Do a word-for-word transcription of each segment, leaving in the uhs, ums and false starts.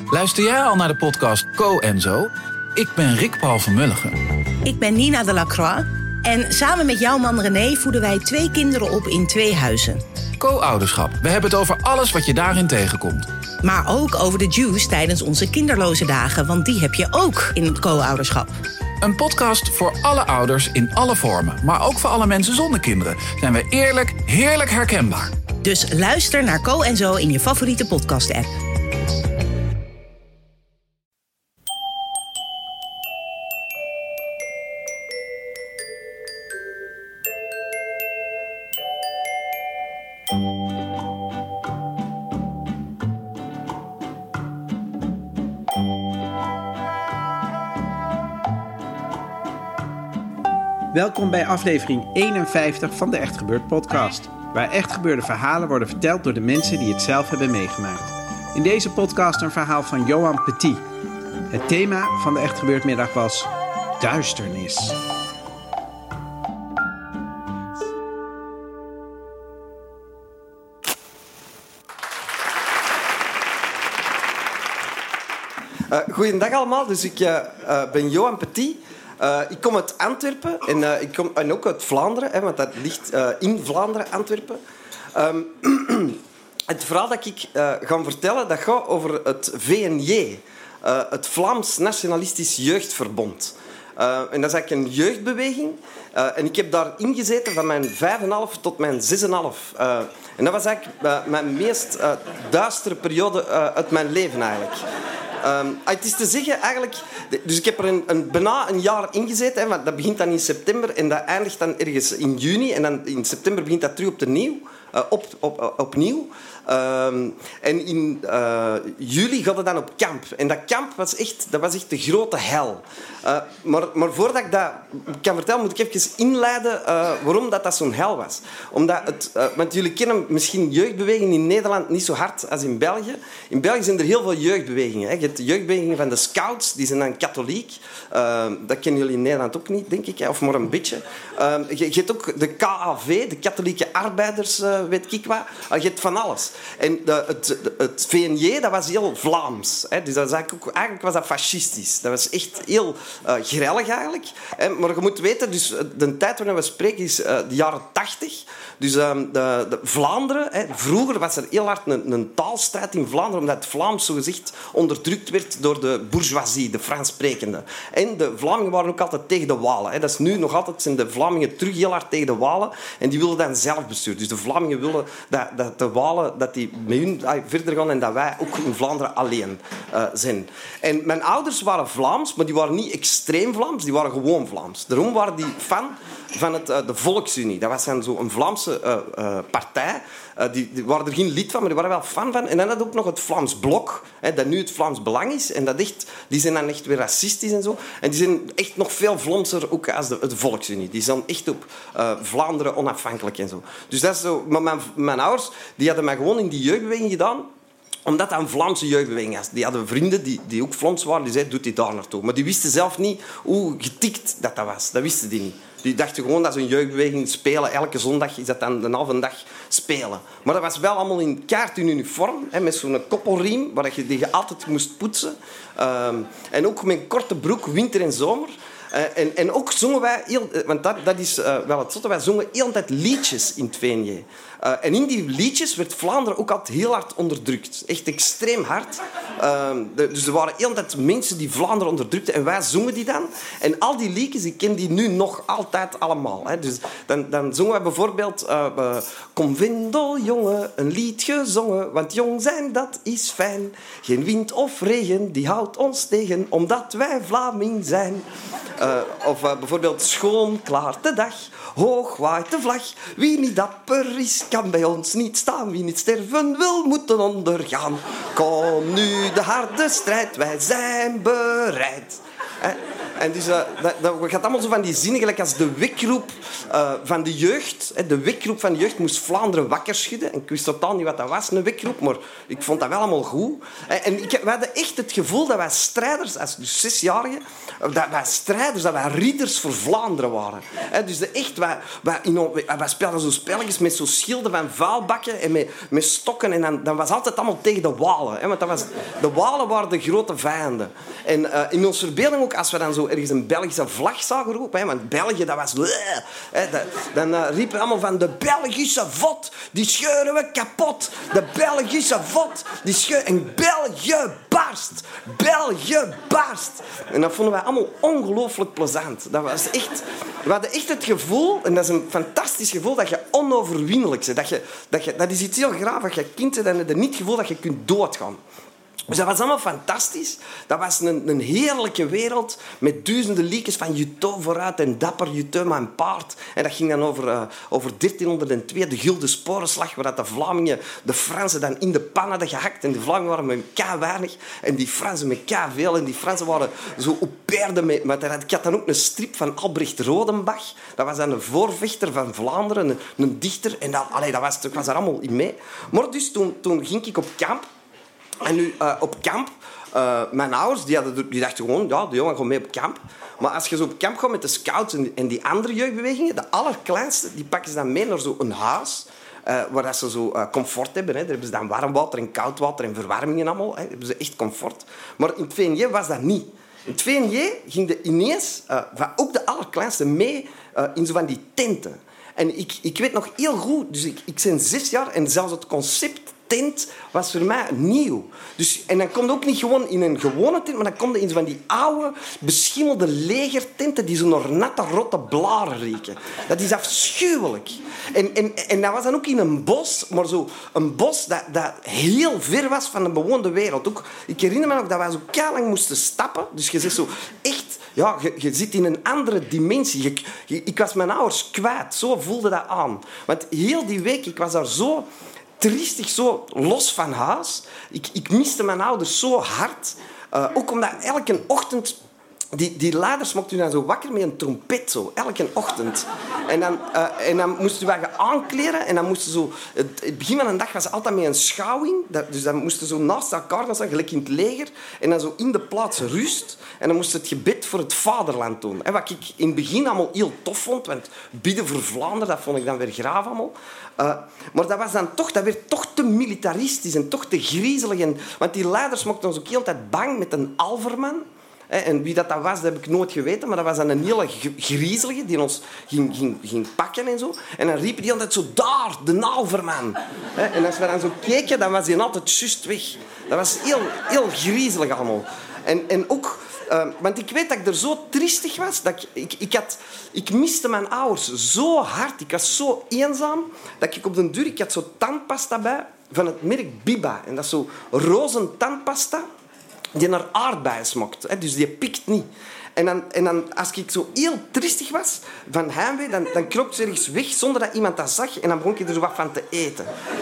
Luister jij al naar de podcast Co en Zo? Ik ben Rick Paul van Mulligen. Ik ben Nina de Lacroix. En samen met jouw man René voeden wij twee kinderen op in twee huizen. Co-ouderschap. We hebben het over alles wat je daarin tegenkomt. Maar ook over de juice tijdens onze kinderloze dagen. Want die heb je ook in het co-ouderschap. Een podcast voor alle ouders in alle vormen. Maar ook voor alle mensen zonder kinderen. Zijn we eerlijk, heerlijk herkenbaar. Dus luister naar Co en Zo in je favoriete podcast-app. Welkom bij aflevering eenenvijftig van de Echt Gebeurd podcast. Waar echt gebeurde verhalen worden verteld door de mensen die het zelf hebben meegemaakt. In deze podcast een verhaal van Johan Petit. Het thema van de Echt Gebeurd middag was duisternis. Uh, goeiedag allemaal, dus ik uh, uh, ben Johan Petit. Uh, ik kom uit Antwerpen en, uh, ik kom, en ook uit Vlaanderen, hè, want dat ligt uh, in Vlaanderen, Antwerpen. Um, het verhaal dat ik uh, ga vertellen, dat gaat over het V N J, uh, het Vlaams Nationalistisch Jeugdverbond. Uh, en dat is eigenlijk een jeugdbeweging. Uh, en ik heb daarin gezeten van mijn vijf en half tot mijn zes en half. Uh, en dat was eigenlijk uh, mijn meest uh, duistere periode uh, uit mijn leven eigenlijk. Um, het is te zeggen, eigenlijk... Dus ik heb er een, een, bijna een jaar in gezeten. Hè, want dat begint dan in september en dat eindigt dan ergens in juni. En dan in september begint dat terug op de nieuw, uh, op, op, op, opnieuw. Um, en in uh, juli gaat het dan op kamp. En dat kamp was echt, dat was echt de grote hel. Uh, maar, maar voordat ik dat kan vertellen, moet ik even inleiden uh, waarom dat, dat zo'n hel was. Omdat het, uh, want jullie kennen misschien jeugdbewegingen in Nederland niet zo hard als in België. In België zijn er heel veel jeugdbewegingen. Hè. Je hebt de jeugdbewegingen van de Scouts, die zijn dan katholiek. Uh, dat kennen jullie in Nederland ook niet, denk ik. Hè. Of maar een beetje. Uh, je, je hebt ook de K A V, de katholieke arbeiders, uh, weet ik wat. Uh, je hebt van alles. En de, het, het V N J, dat was heel Vlaams. Hè. Dus dat was eigenlijk, ook, eigenlijk was dat fascistisch. Dat was echt heel uh, grellig eigenlijk. Hè. Maar je moet weten, dus de tijd waarin we spreken is uh, de jaren tachtig. Dus uh, de, de Vlaanderen, hè. Vroeger was er heel hard een, een taalstrijd in Vlaanderen, omdat het Vlaams zogezegd onderdrukt werd door de bourgeoisie, de Frans-sprekende. En de Vlamingen waren ook altijd tegen de Walen. Hè. Dat is nu nog altijd, zijn de Vlamingen terug heel hard tegen de Walen. En die wilden dan zelfbestuur. Dus de Vlamingen willen dat, dat de Walen dat die met hun verder gaan en dat wij ook in Vlaanderen alleen uh, zijn. En mijn ouders waren Vlaams, maar die waren niet extreem Vlaams, die waren gewoon Vlaams. Daarom waren die fan van het, uh, de Volksunie. Dat was dan zo een Vlaamse uh, uh, partij. Uh, die, die waren er geen lid van, maar die waren wel fan van. En dan had ook nog het Vlaams Blok, hè, dat nu het Vlaams Belang is. En dat echt, die zijn dan echt weer racistisch en zo. En die zijn echt nog veel Vlaamser ook als de, de Volksunie. Die zijn echt op uh, Vlaanderen onafhankelijk en zo. Dus dat is zo. Maar mijn, mijn ouders die hadden mij gewoon in die jeugdbeweging gedaan, omdat dat een Vlaamse jeugdbeweging was. Die hadden vrienden die, die ook Vlaams waren. Die zeiden, doet die daar naartoe. Maar die wisten zelf niet hoe getikt dat, dat was. Dat wisten die niet. Die dachten gewoon dat ze een jeugdbeweging spelen. Elke zondag is dat dan een halve dag spelen. Maar dat was wel allemaal in kaart in uniform. Hè, met zo'n koppelriem waar je, die je altijd moest poetsen. Um, en ook met een korte broek, winter en zomer. Uh, en, en ook zongen wij, heel, want dat, dat is uh, wel het zotte, wij zongen heel tijd liedjes in het V N J. Uh, en in die liedjes werd Vlaanderen ook altijd heel hard onderdrukt. Echt extreem hard. Uh, de, dus er waren heel tijd mensen die Vlaanderen onderdrukten en wij zongen die dan. En al die liedjes, ik ken die nu nog altijd allemaal. Hè. Dus dan, dan zongen we bijvoorbeeld uh, uh, Kom Vindel, jongen, een lied gezongen, want jong zijn, dat is fijn. Geen wind of regen, die houdt ons tegen, omdat wij Vlaming zijn. Uh, of uh, bijvoorbeeld Schoon klaart de dag, hoog waait de vlag. Wie niet dapper is, kan bij ons niet staan. Wie niet sterven wil, moeten ondergaan. Kom nu de harde strijd, wij zijn bereid. Eh? En dus, uh, dat, dat gaat allemaal zo van die zinnen, gelijk als de wekroep uh, van de jeugd. Hè, de wekroep van de jeugd moest Vlaanderen wakker schudden. En ik wist totaal niet wat dat was, een wekroep, maar ik vond dat wel allemaal goed. En ik, wij hadden echt het gevoel dat wij strijders, als dus zesjarigen, dat wij strijders, dat wij ridders voor Vlaanderen waren. Hè, dus de, echt, wij, wij, in, wij speelden zo spelletjes met zo'n schilden van vuilbakken en met, met stokken. En dan, dan was altijd allemaal tegen de Walen. Hè, want dat was, de Walen waren de grote vijanden. En uh, in onze verbeelding ook, als we dan zo ergens een Belgische vlag zagen roepen, hè, want België, dat was... Hè, dat, dan uh, riepen we allemaal van de Belgische vod, die scheuren we kapot. De Belgische vod, die scheuren... En België barst. België barst. En dat vonden wij allemaal ongelooflijk plezant. Dat was echt... We hadden echt het gevoel, en dat is een fantastisch gevoel, dat je onoverwinnelijk bent. Dat, je, dat, je, dat is iets heel graaf. Als je kind bent, dan heb je niet het gevoel dat je kunt doodgaan. Dus dat was allemaal fantastisch. Dat was een, een heerlijke wereld met duizenden liedjes van Juteau vooruit en dapper Juteau mijn paard. En dat ging dan over, uh, over dertienhonderdtwee, de Gulden Sporenslag, waar de Vlamingen de Fransen dan in de pan hadden gehakt. En de Vlamingen waren met k weinig en die Fransen met k veel. En die Fransen waren zo op paarden mee. Maar ik had dan ook een strip van Albrecht Rodenbach. Dat was dan een voorvechter van Vlaanderen, een, een dichter. En dat, allee, dat was, ik was er allemaal in mee. Maar dus toen, toen ging ik op kamp. En nu, uh, op kamp, uh, mijn ouders die hadden, die dachten gewoon, ja, de jongen gaat mee op kamp. Maar als je zo op kamp gaat met de scouts en, en die andere jeugdbewegingen, de allerkleinste, die pakken ze dan mee naar zo'n huis, uh, waar ze zo uh, comfort hebben. Hè. Daar hebben ze dan warm water en koud water en verwarming en allemaal. Hè. Daar hebben ze echt comfort. Maar in het V N J was dat niet. In het V N J ging de ineens, uh, van ook de allerkleinste, mee uh, in zo van die tenten. En ik, ik weet nog heel goed, dus ik, ik ben zes jaar en zelfs het concept tent was voor mij nieuw. Dus, en dan kom je ook niet gewoon in een gewone tent, maar dan kom je in zo van die oude, beschimmelde legertenten die zo naar natte, rotte blaren rieken. Dat is afschuwelijk. En, en, en dat was dan ook in een bos, maar zo een bos dat, dat heel ver was van de bewoonde wereld. Ook, ik herinner me nog dat wij zo keilang moesten stappen. Dus je zit zo echt... Ja, je, je zit in een andere dimensie. Je, je, ik was mijn ouders kwijt. Zo voelde dat aan. Want heel die week, ik was daar zo... triestig, zo los van huis. Ik, ik miste mijn ouders zo hard. Uh, ook omdat elke ochtend... Die, die leiders mochten dan zo wakker met een trompet, zo, elke ochtend. En dan, uh, en dan moesten we gaan aankleden. En dan moesten zo... Het, het begin van de dag was ze altijd met een schouwing. Dat, dus dan moesten zo naast elkaar gaan staan, gelijk in het leger. En dan zo in de plaats rust. En dan moest het gebed voor het vaderland doen. En wat ik in het begin allemaal heel tof vond. Want bidden voor Vlaanderen, dat vond ik dan weer graaf allemaal. Uh, maar dat was dan toch... Dat werd toch te militaristisch en toch te griezelig. En, want die leiders mochten ons ook heel de tijd bang met een alverman. En wie dat, dat was, dat heb ik nooit geweten. Maar dat was dan een hele griezelige die ons ging, ging, ging pakken en zo. En dan riepen die altijd zo, daar, de alverman. En als we dan zo keken, dan was die altijd juist weg. Dat was heel, heel griezelig allemaal. En, en ook... Uh, want ik weet dat ik er zo triestig was. Dat ik, ik, ik, had, ik miste mijn ouders zo hard. Ik was zo eenzaam. Dat ik op den duur... Ik had zo tandpasta bij van het merk Biba. En dat is zo roze tandpasta die naar aardbeien smokt. Hè, dus die pikt niet. En, dan, en dan, als ik zo heel triestig was van heimwee, dan, dan kroop ze ergens weg zonder dat iemand dat zag. En dan begon ik er zo wat van te eten.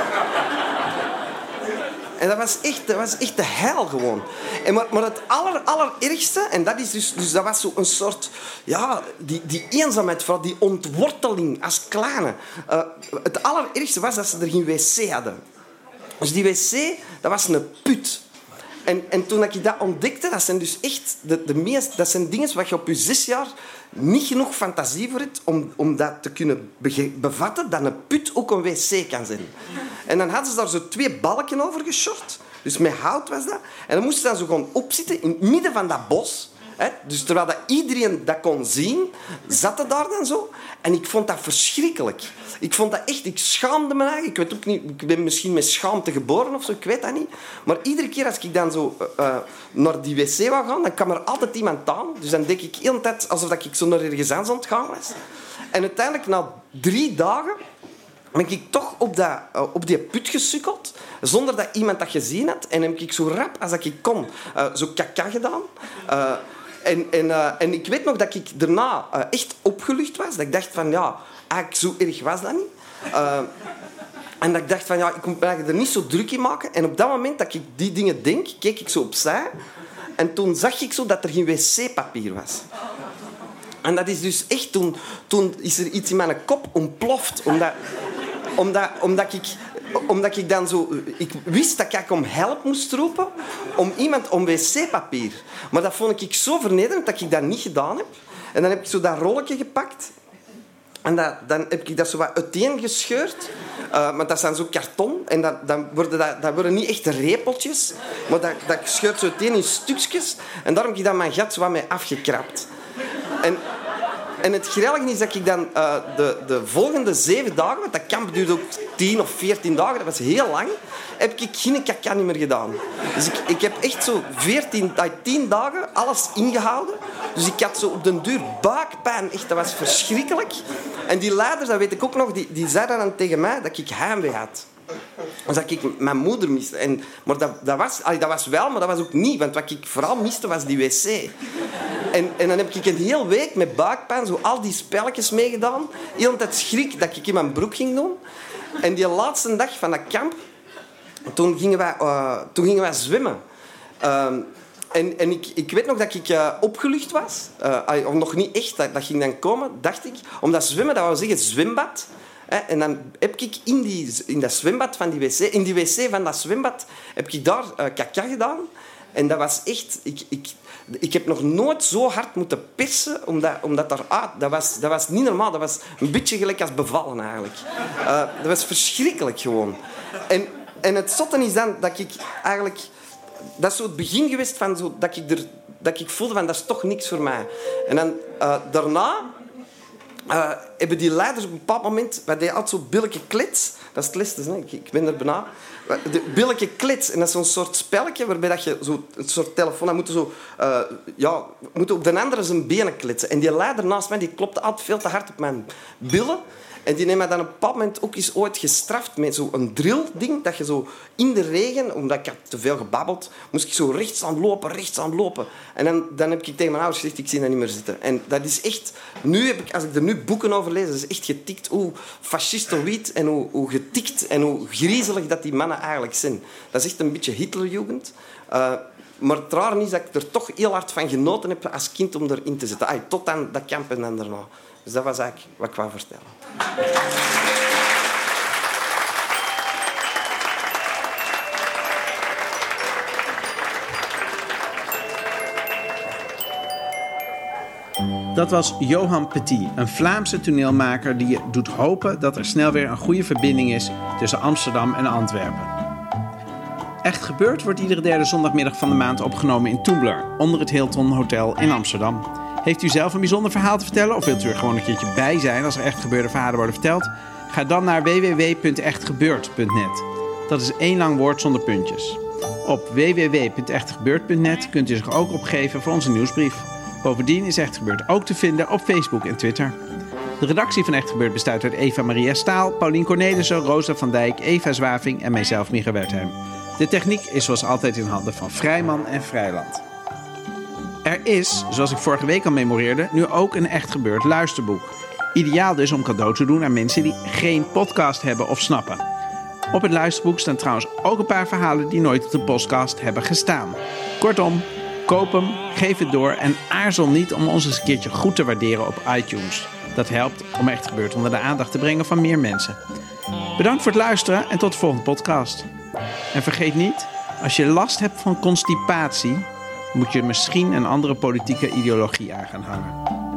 En dat was echt, dat was echt de hel gewoon. En maar, maar het aller, allerergste, en dat is dus, dus dat was zo een soort, ja, die, die eenzaamheid, vooral die ontworteling als kleine. Uh, het allerergste was dat ze er geen wc hadden. Dus die wc, dat was een put. En, en toen ik dat ontdekte, dat zijn dus echt de, de meest, dat zijn dingen waar je op je zes jaar niet genoeg fantasie voor hebt om, om dat te kunnen bege- bevatten, dat een put ook een wc kan zijn. En dan hadden ze daar zo twee balken over geschort. Dus met hout was dat. En dan moesten ze dan zo gewoon opzitten in het midden van dat bos. Hè? Dus terwijl dat iedereen dat kon zien, zat het daar dan zo. En ik vond dat verschrikkelijk. Ik vond dat echt... Ik schaamde me eigenlijk. Ik weet ook niet... Ik ben misschien met schaamte geboren of zo. Ik weet dat niet. Maar iedere keer als ik dan zo uh, naar die wc wou gaan, dan kwam er altijd iemand aan. Dus dan denk ik heel de tijd alsof ik zo naar ergens aan het gaan was. En uiteindelijk, na drie dagen, ben ik toch op, dat, uh, op die put gesukkeld, zonder dat iemand dat gezien had. En heb ik zo rap als ik kon, uh, zo kaka gedaan. Uh, En, en, uh, en ik weet nog dat ik daarna uh, echt opgelucht was. Dat ik dacht van, ja, eigenlijk zo erg was dat niet. Uh, en dat ik dacht van, ja, ik moet me er niet zo druk in maken. En op dat moment dat ik die dingen denk, keek ik zo opzij. En toen zag ik zo dat er geen wc-papier was. En dat is dus echt... Toen, toen is er iets in mijn kop ontploft. Omdat, omdat, omdat, ik, omdat ik dan zo... Ik wist dat ik om help moest roepen om iemand om wc-papier. Maar dat vond ik zo vernederend dat ik dat niet gedaan heb. En dan heb ik zo dat rolletje gepakt. En dat, dan heb ik dat zo wat uiteen gescheurd. Uh, maar dat zijn zo karton. En dat, dan worden dat, dat worden niet echt repeltjes. Maar dat, dat scheurt zo uiteen in stukjes. En daarom heb ik dan mijn gat zo wat mee afgekrapt. En, en het grillige is dat ik dan uh, de, de volgende zeven dagen... Want dat kamp duurde ook tien of veertien dagen. Dat was heel lang. Heb ik geen kaka niet meer gedaan. Dus ik, ik heb echt zo veertien, tien dagen alles ingehouden. Dus ik had zo op den duur buikpijn. Echt, dat was verschrikkelijk. En die leiders, dat weet ik ook nog, die, die zeiden dan tegen mij dat ik heimwee had. Dus dat ik mijn moeder miste. En, maar dat, dat, was, allee, dat was wel, maar dat was ook niet. Want wat ik vooral miste, was die wc. En, en dan heb ik een hele week met buikpijn zo al die spelletjes meegedaan. Heel de tijd schrik dat ik in mijn broek ging doen. En die laatste dag van dat kamp, toen gingen wij, uh, toen gingen wij zwemmen. Uh, en en ik, ik weet nog dat ik uh, opgelucht was. Uh, of nog niet echt, dat, dat ging dan komen, dacht ik. Omdat zwemmen, dat wou zeggen zwembad. Hè, en dan heb ik in, die, in dat zwembad van die wc... In die wc van dat zwembad heb ik daar uh, kaka gedaan. En dat was echt... Ik, ik, ik heb nog nooit zo hard moeten persen, omdat, omdat daar... Ah, dat, was, dat was niet normaal. Dat was een beetje gelijk als bevallen, eigenlijk. Uh, dat was verschrikkelijk, gewoon. En, en het zotte is dan dat ik eigenlijk... Dat is zo het begin geweest van zo, dat, ik er, dat ik voelde van dat is toch niks voor mij. En dan uh, daarna uh, hebben die leiders op een bepaald moment... Wij deden altijd zo billetje klits. Dat is het lestes, hè? Ik, ik ben er bijna. De billetje klits. En dat is zo'n soort spelletje waarbij dat je zo, een soort telefoon... Dan moeten zo, uh, ja, moeten op de andere zijn benen klitsen. En die leider naast mij die klopte altijd veel te hard op mijn billen. En die heeft mij dan op een bepaald moment ook eens ooit gestraft met zo'n drill-ding. Dat je zo in de regen, omdat ik had te veel gebabbeld, moest ik zo rechts aan lopen, rechts aan lopen. En dan, dan heb ik tegen mijn ouders gezegd, ik zie dat niet meer zitten. En dat is echt... Nu heb ik, als ik er nu boeken over lees, dat is echt getikt hoe fascistoïd en hoe, hoe getikt en hoe griezelig dat die mannen eigenlijk zijn. Dat is echt een beetje Hitlerjugend. Uh, maar het rare is dat ik er toch heel hard van genoten heb als kind om erin te zitten. Ay, tot dan dat kamp en dan daarna. Dus dat was eigenlijk wat ik wou vertellen. Dat was Johan Petit, een Vlaamse toneelmaker die je doet hopen dat er snel weer een goede verbinding is tussen Amsterdam en Antwerpen. Echt Gebeurd wordt iedere derde zondagmiddag van de maand opgenomen in Toembler, onder het Hilton Hotel in Amsterdam. Heeft u zelf een bijzonder verhaal te vertellen of wilt u er gewoon een keertje bij zijn als er echt gebeurde verhalen worden verteld? Ga dan naar w w w punt echt gebeurd punt net. Dat is één lang woord zonder puntjes. Op w w w punt echt gebeurd punt net kunt u zich ook opgeven voor onze nieuwsbrief. Bovendien is Echt Gebeurd ook te vinden op Facebook en Twitter. De redactie van Echt Gebeurd bestaat uit Eva Maria Staal, Paulien Cornelissen, Rosa van Dijk, Eva Zwaving en mijzelf, Micha Wertheim. De techniek is zoals altijd in handen van Vrijman en Vrijland. Er is, zoals ik vorige week al memoreerde, nu ook een Echt Gebeurd luisterboek. Ideaal dus om cadeau te doen aan mensen die geen podcast hebben of snappen. Op het luisterboek staan trouwens ook een paar verhalen die nooit op de podcast hebben gestaan. Kortom, koop hem, geef het door en aarzel niet om ons eens een keertje goed te waarderen op iTunes. Dat helpt om Echt Gebeurd onder de aandacht te brengen van meer mensen. Bedankt voor het luisteren en tot de volgende podcast. En vergeet niet, als je last hebt van constipatie, moet je misschien een andere politieke ideologie aan gaan hangen.